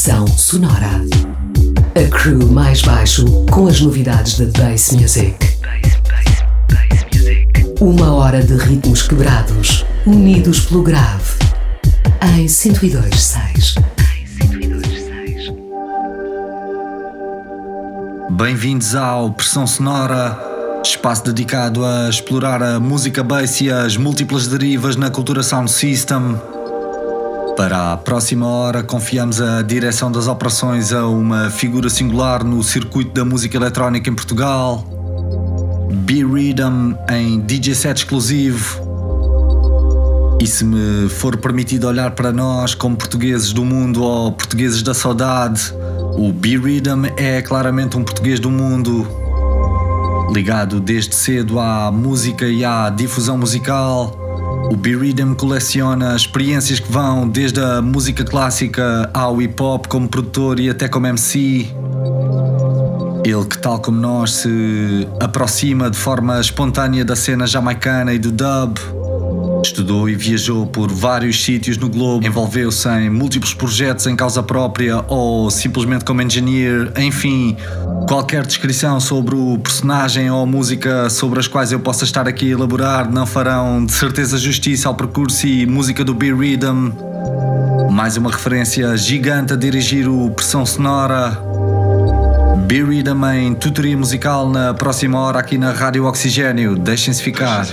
Pressão Sonora. A crew mais baixo com as novidades da Bass Music. Uma hora de ritmos quebrados, unidos pelo grave. Em 102.6. Bem-vindos ao Pressão Sonora, espaço dedicado a explorar a música bass e as múltiplas derivas na cultura sound system. Para a próxima hora confiamos a direção das operações a uma figura singular no circuito da música eletrónica em Portugal, B-Rhythm em DJ set exclusivo. E se me for permitido olhar para nós como portugueses do mundo ou portugueses da saudade, o B-Rhythm é claramente um português do mundo, ligado desde cedo à música e à difusão musical. O B-Rhythm coleciona experiências que vão desde a música clássica ao hip-hop como produtor e até como MC. Ele que, tal como nós, se aproxima de forma espontânea da cena jamaicana e do dub. Estudou e viajou por vários sítios no globo, envolveu-se em múltiplos projetos em causa própria ou simplesmente como engineer. Enfim, qualquer descrição sobre o personagem ou música sobre as quais eu possa estar aqui a elaborar não farão de certeza justiça ao percurso e música do B-Rhythm. Mais uma referência gigante a dirigir o Pressão Sonora. B-Rhythm em tutoria musical na próxima hora aqui na Rádio Oxigênio. Deixem-se ficar.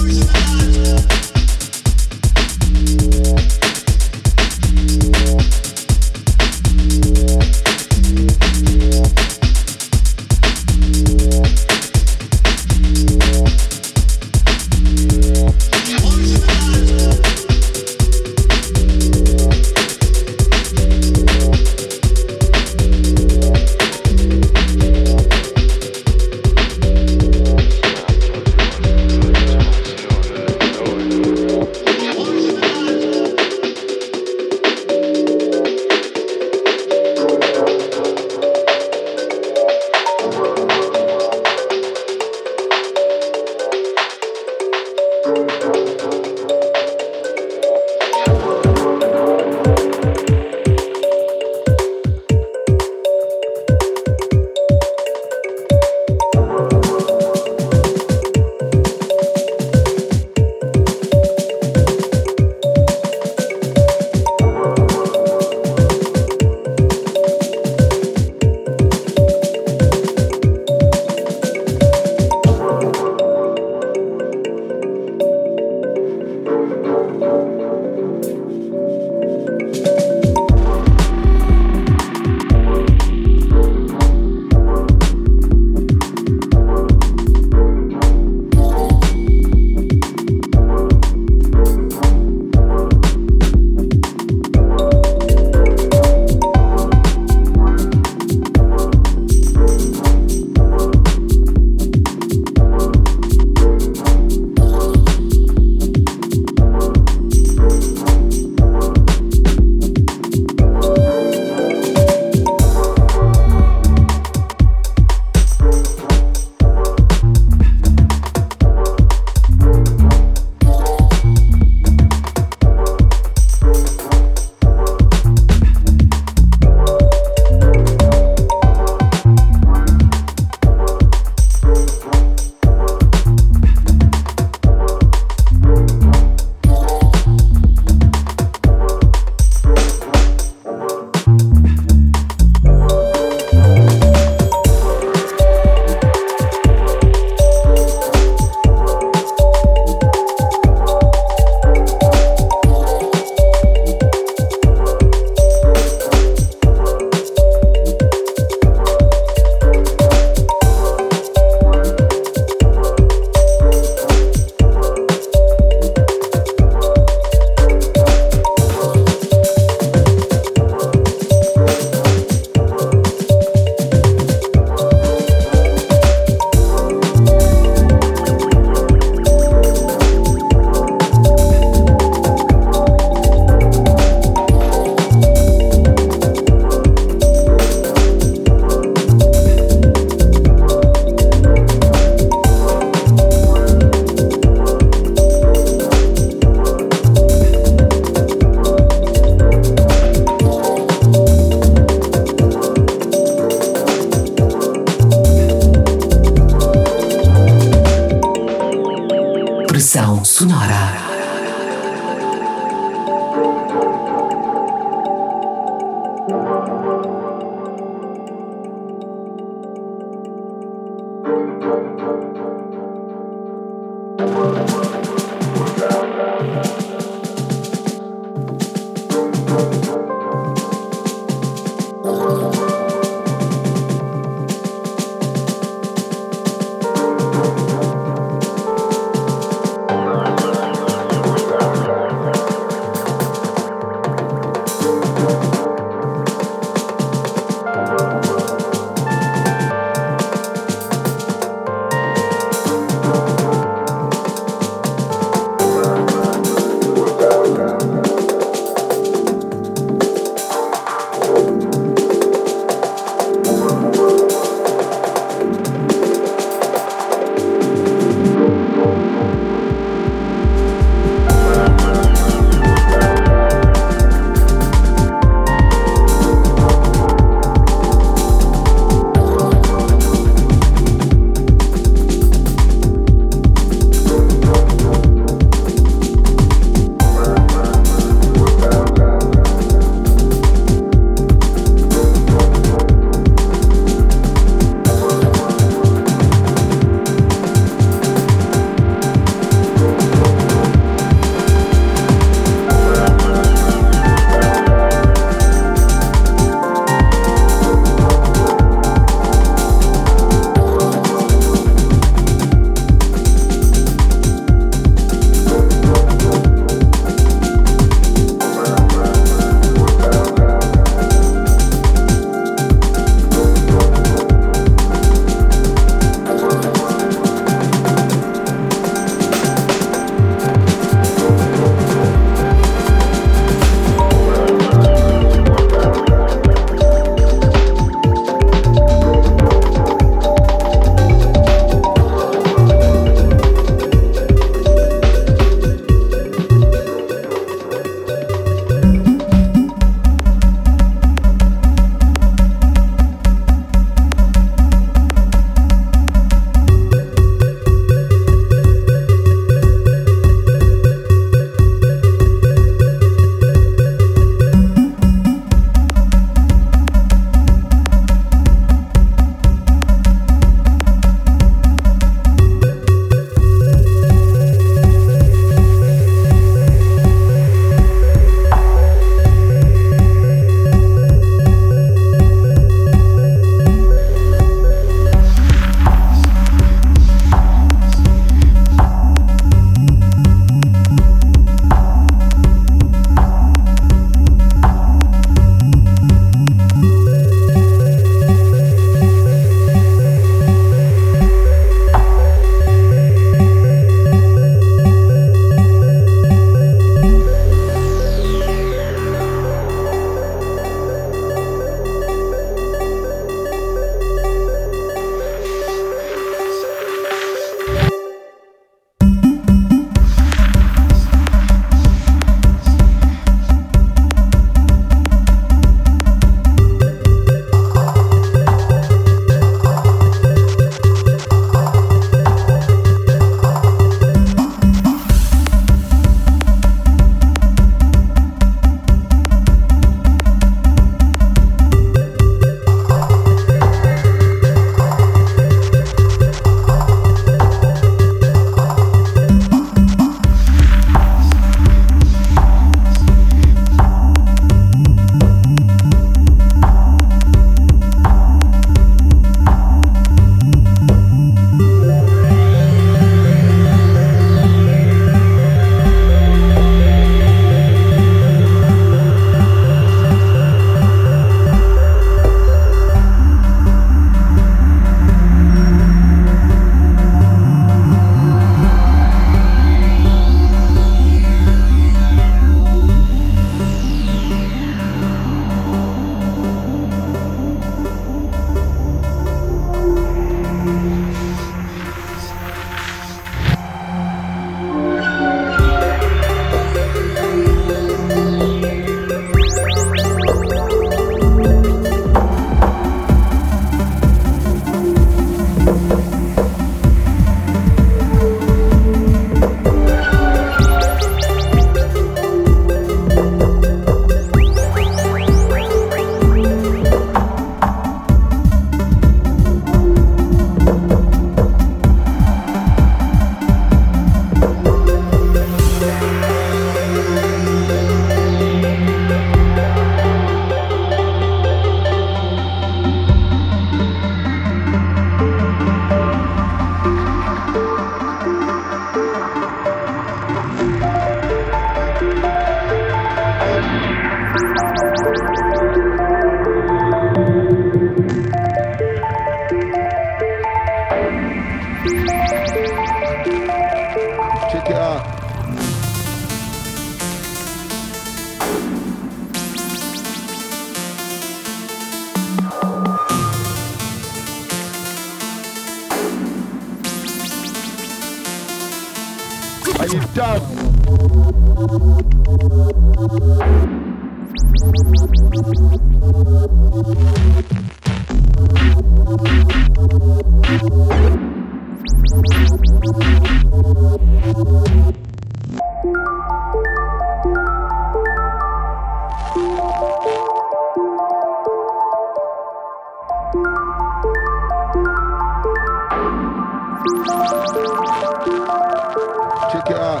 Check it out.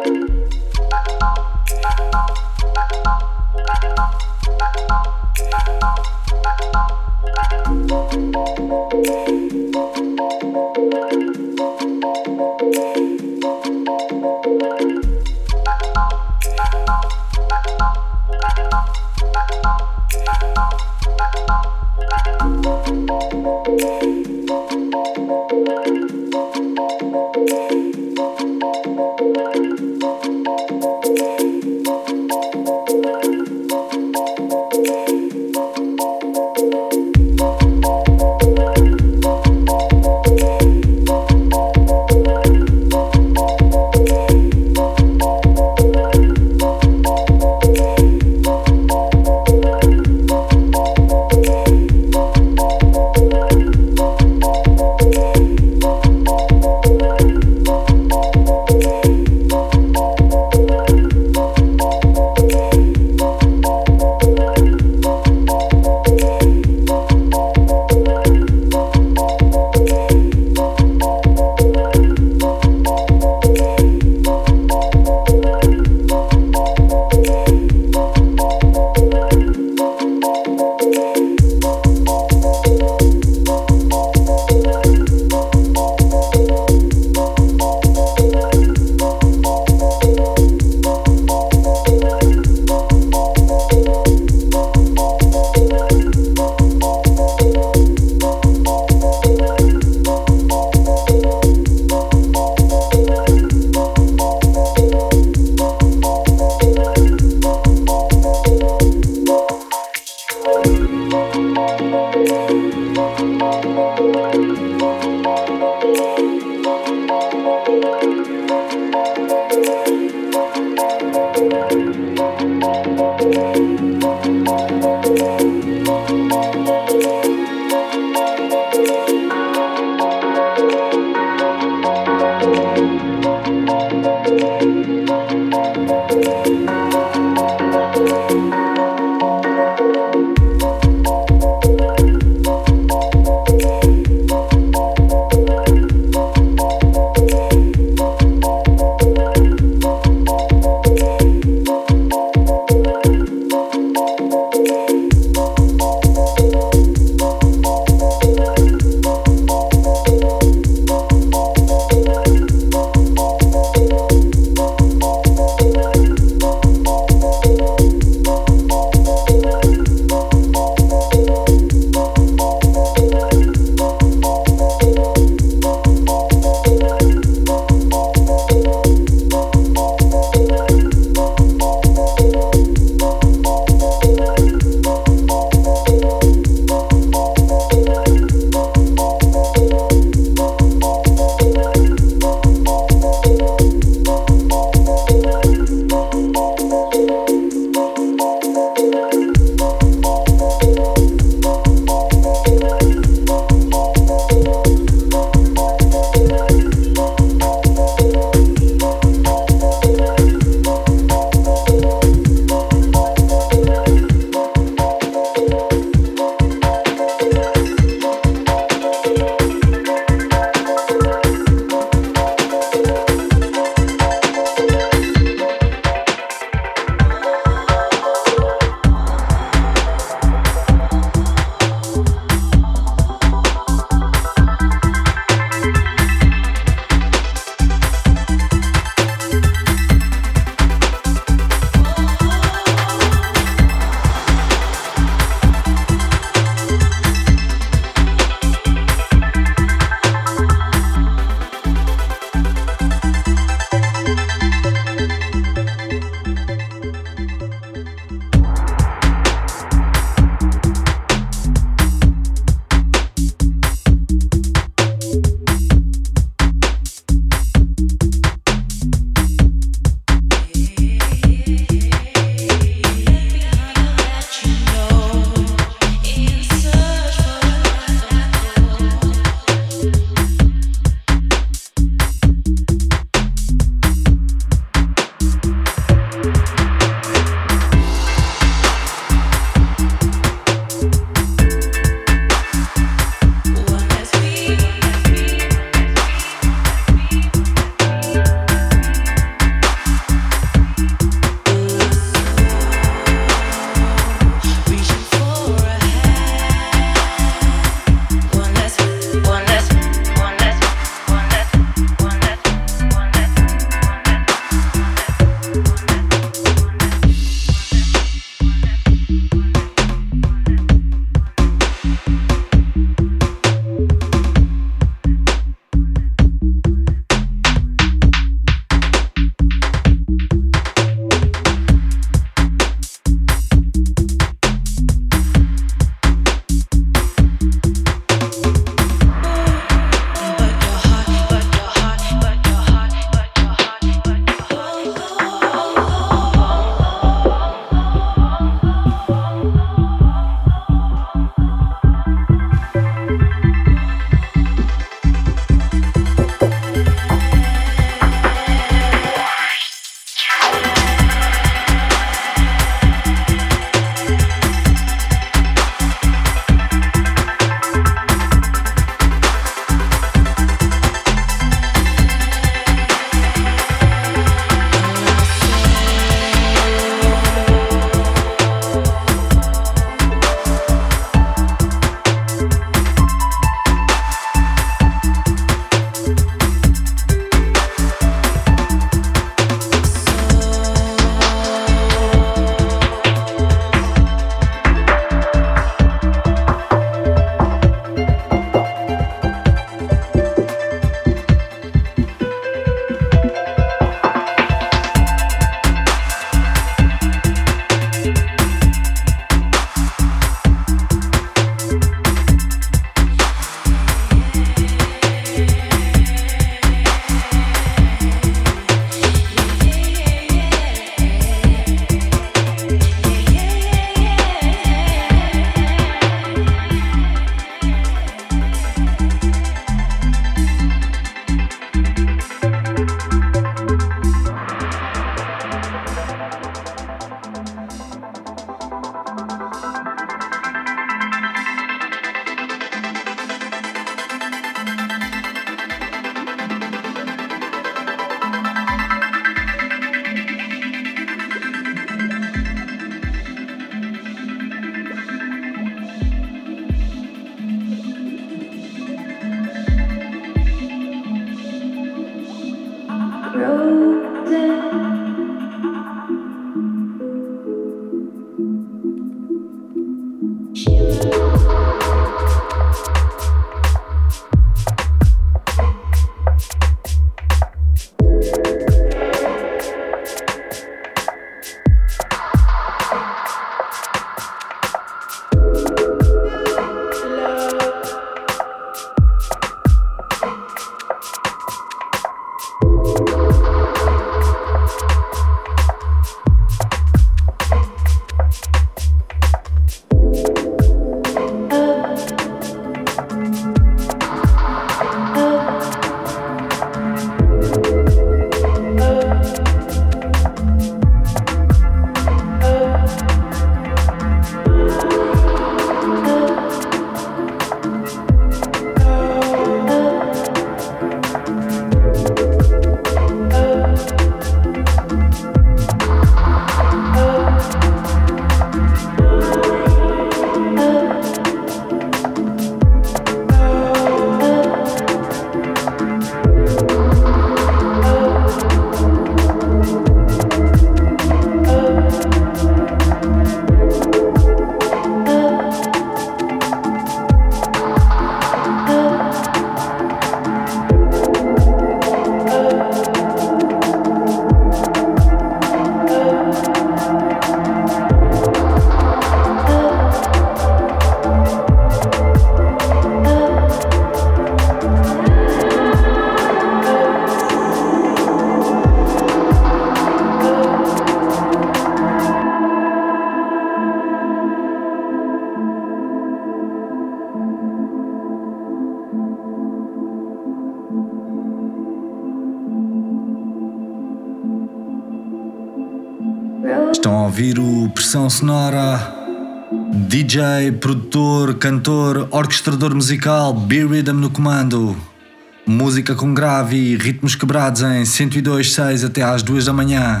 Estão a ouvir o Pressão Sonora, DJ, produtor, cantor, orquestrador musical, B-Rhythm no comando. Música com grave e ritmos quebrados em 102.6 até às 2 da manhã.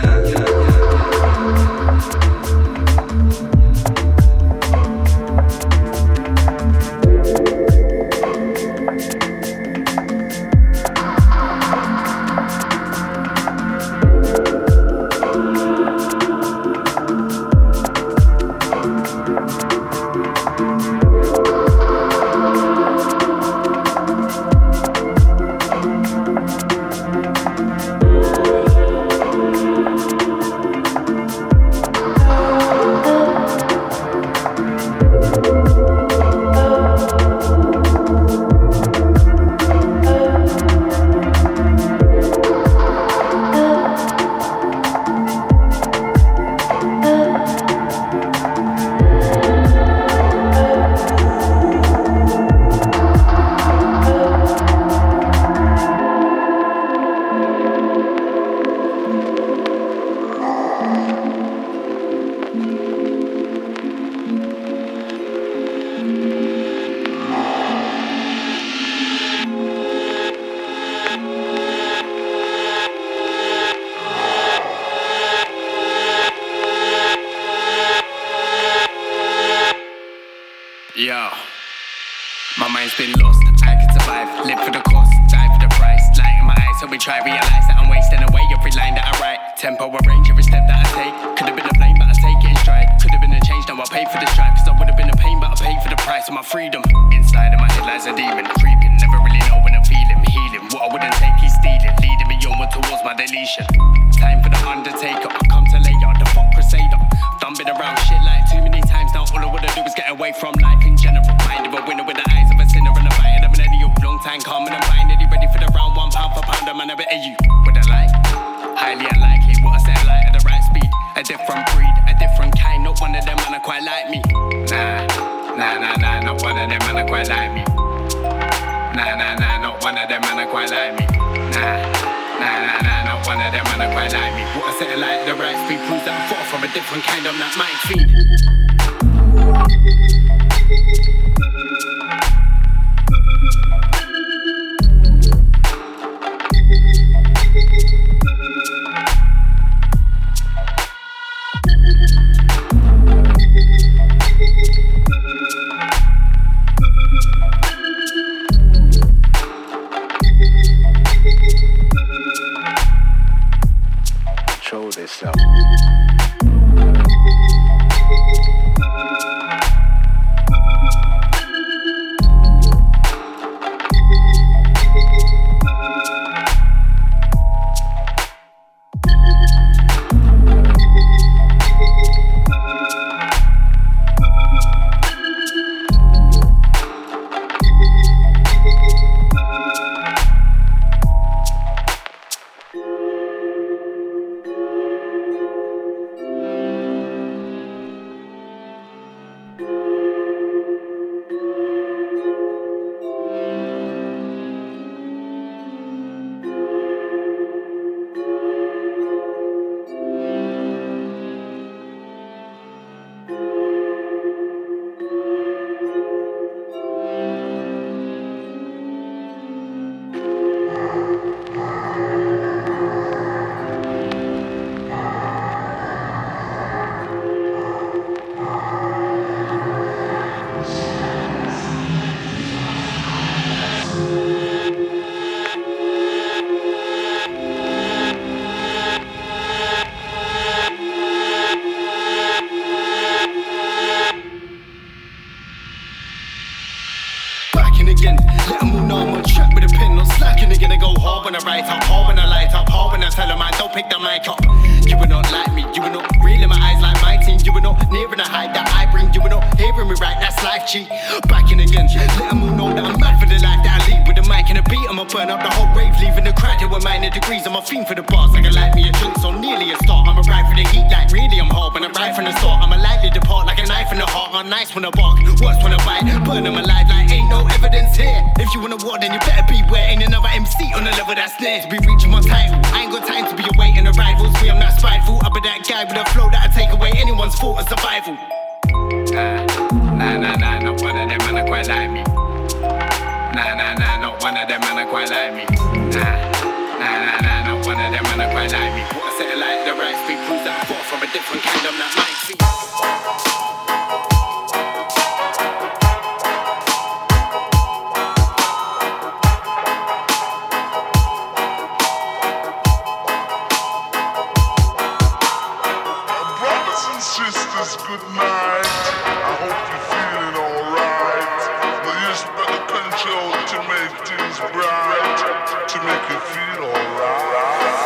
Yo, my mind's been lost. I could survive, live for the cost, die for the price. Light in my eyes, so we try realize that I'm wasting away every line that I write. Tempo arrange every step that I take. Could have been a plane, but I take it in stride. Could have been a change, now I pay for the stripe. Cause I would have been a pain, but I paid for the price of my freedom. Inside of my head lies a demon, creeping. Never really know when I'm feeling, healing. What I wouldn't take, he's stealing, leading me onward towards my deletion. Time for the undertaker, I come to lay out the fuck crusader. Done been around shit like too many times now. All I wanna do is get away from life in general. Mind of a winner with the eyes of a sinner and a fighter. I'm an idiot, long time coming and finally ready for the round. £1 for pound, man, I better you. Would I lie? Highly unlikely. What I said like at the right speed. A different breed, a different kind. Not one of them man are quite like me. Nah, not one of them man are quite like me. Nah, not one of them man are quite like me. Nah, not one of them man are quite like me. What I said like the right speed proves that I'm far from a different kind. I'm not mind fiend. Control yourself. Again, let them all know I'm on track with a pen, not slacking again. I go hard when I write up, hard when I light up, hard when I tell them I don't pick the mic up. You were not like me, you were not real in my eyes like my team. You were not near in the height that I bring, you were not hearing me right, that's life G. Back in again, let them all know that I'm mad for the life that I lead. With the mic and a beat on my burn up the whole rave, leaving the crowd here with minor degrees. I'm a fiend for the bars, like I like me a drink, so nearly a start. I'm a ride for the heat, like really I'm hard. When I ride from the start, I'm a lightly depart, like a knife in the heart. I'm nice when I bark, worse when I bite, burn them alive, like ain't no evidence here. If you want a war, then you better beware. Ain't another MC on the level that's near to be reaching my title. I ain't got time to be awaiting arrivals. Me, I'm not spiteful. I be that guy with a flow that'll take away anyone's thought of survival. Nah, not one of them man are quite like me. Nah, not one of them man are quite like me. Nah, not one of them man are quite like me. What I say like the right speak proves that I bought from a different kind of not my feet. Good night. I hope you're feeling alright. But you just better control to make things bright, to make you feel alright.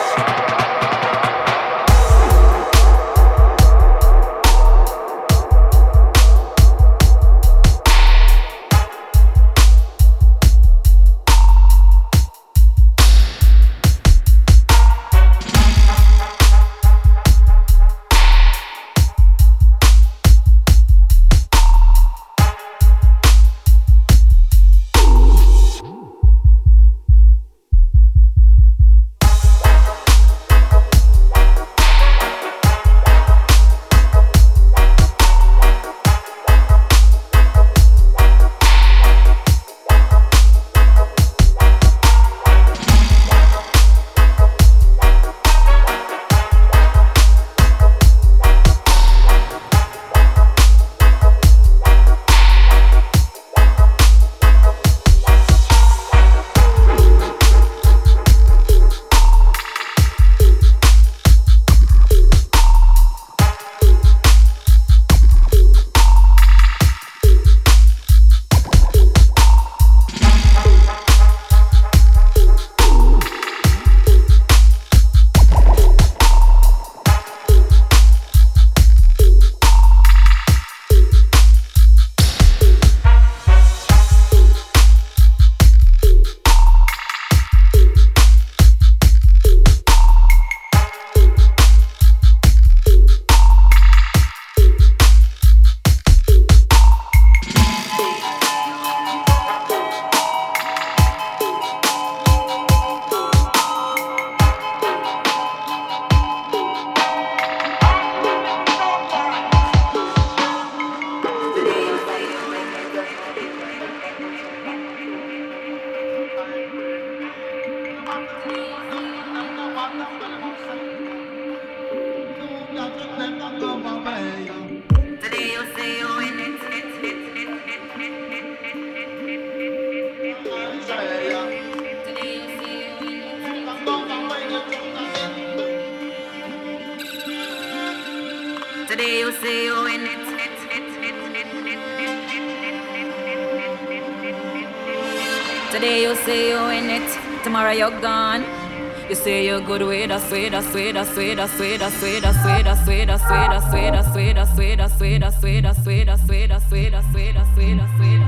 Today you see you in it. Today you see you in it. Tomorrow you're gone. You say you're good with us, with us, with us, with us, with us, with us, with us, with us, with us, with us, with us, with us, with us, with us, with us, with us, with us, with us, with us, with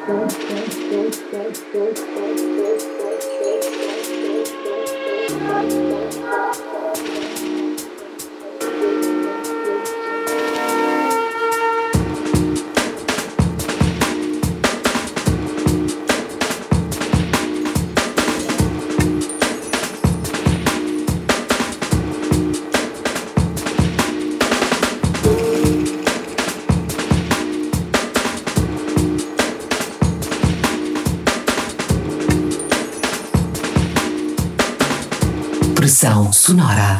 Pressão sonora.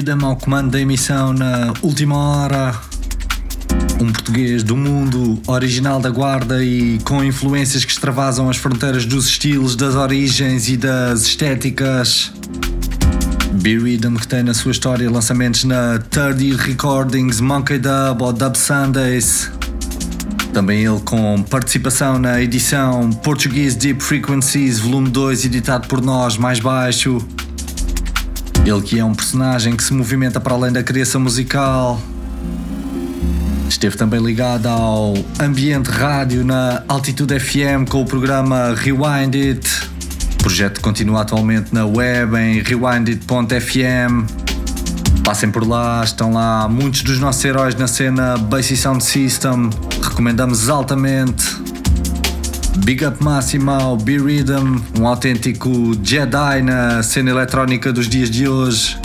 Rhythm ao comando da emissão na última hora. Um português do mundo, original da Guarda e com influências que extravasam as fronteiras dos estilos, das origens e das estéticas. B-Rhythm, que tem na sua história lançamentos na 30 Recordings, Monkey Dub ou Dub Sundays. Também ele com participação na edição Portuguese Deep Frequencies, volume 2, editado por nós, mais baixo. Ele que é um personagem que se movimenta para além da criação musical. Esteve também ligado ao ambiente rádio na Altitude FM com o programa Rewind It. O projeto continua atualmente na web em rewindit.fm. Passem por lá, estão lá muitos dos nossos heróis na cena Bass Sound System. Recomendamos altamente. Big Up máximo ao B-Rhythm, um autêntico Jedi na cena eletrónica dos dias de hoje.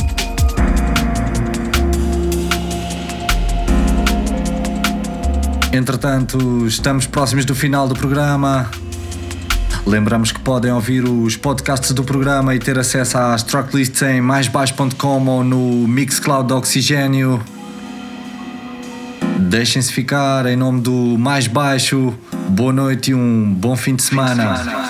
Entretanto, estamos próximos do final do programa. Lembramos que podem ouvir os podcasts do programa e ter acesso às tracklists em maisbaixo.com ou no Mixcloud do Oxigênio. Deixem-se ficar em nome do Mais Baixo. Boa noite e um bom fim de semana.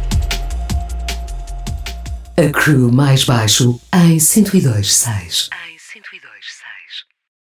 A Crew Mais Baixo em 102.6.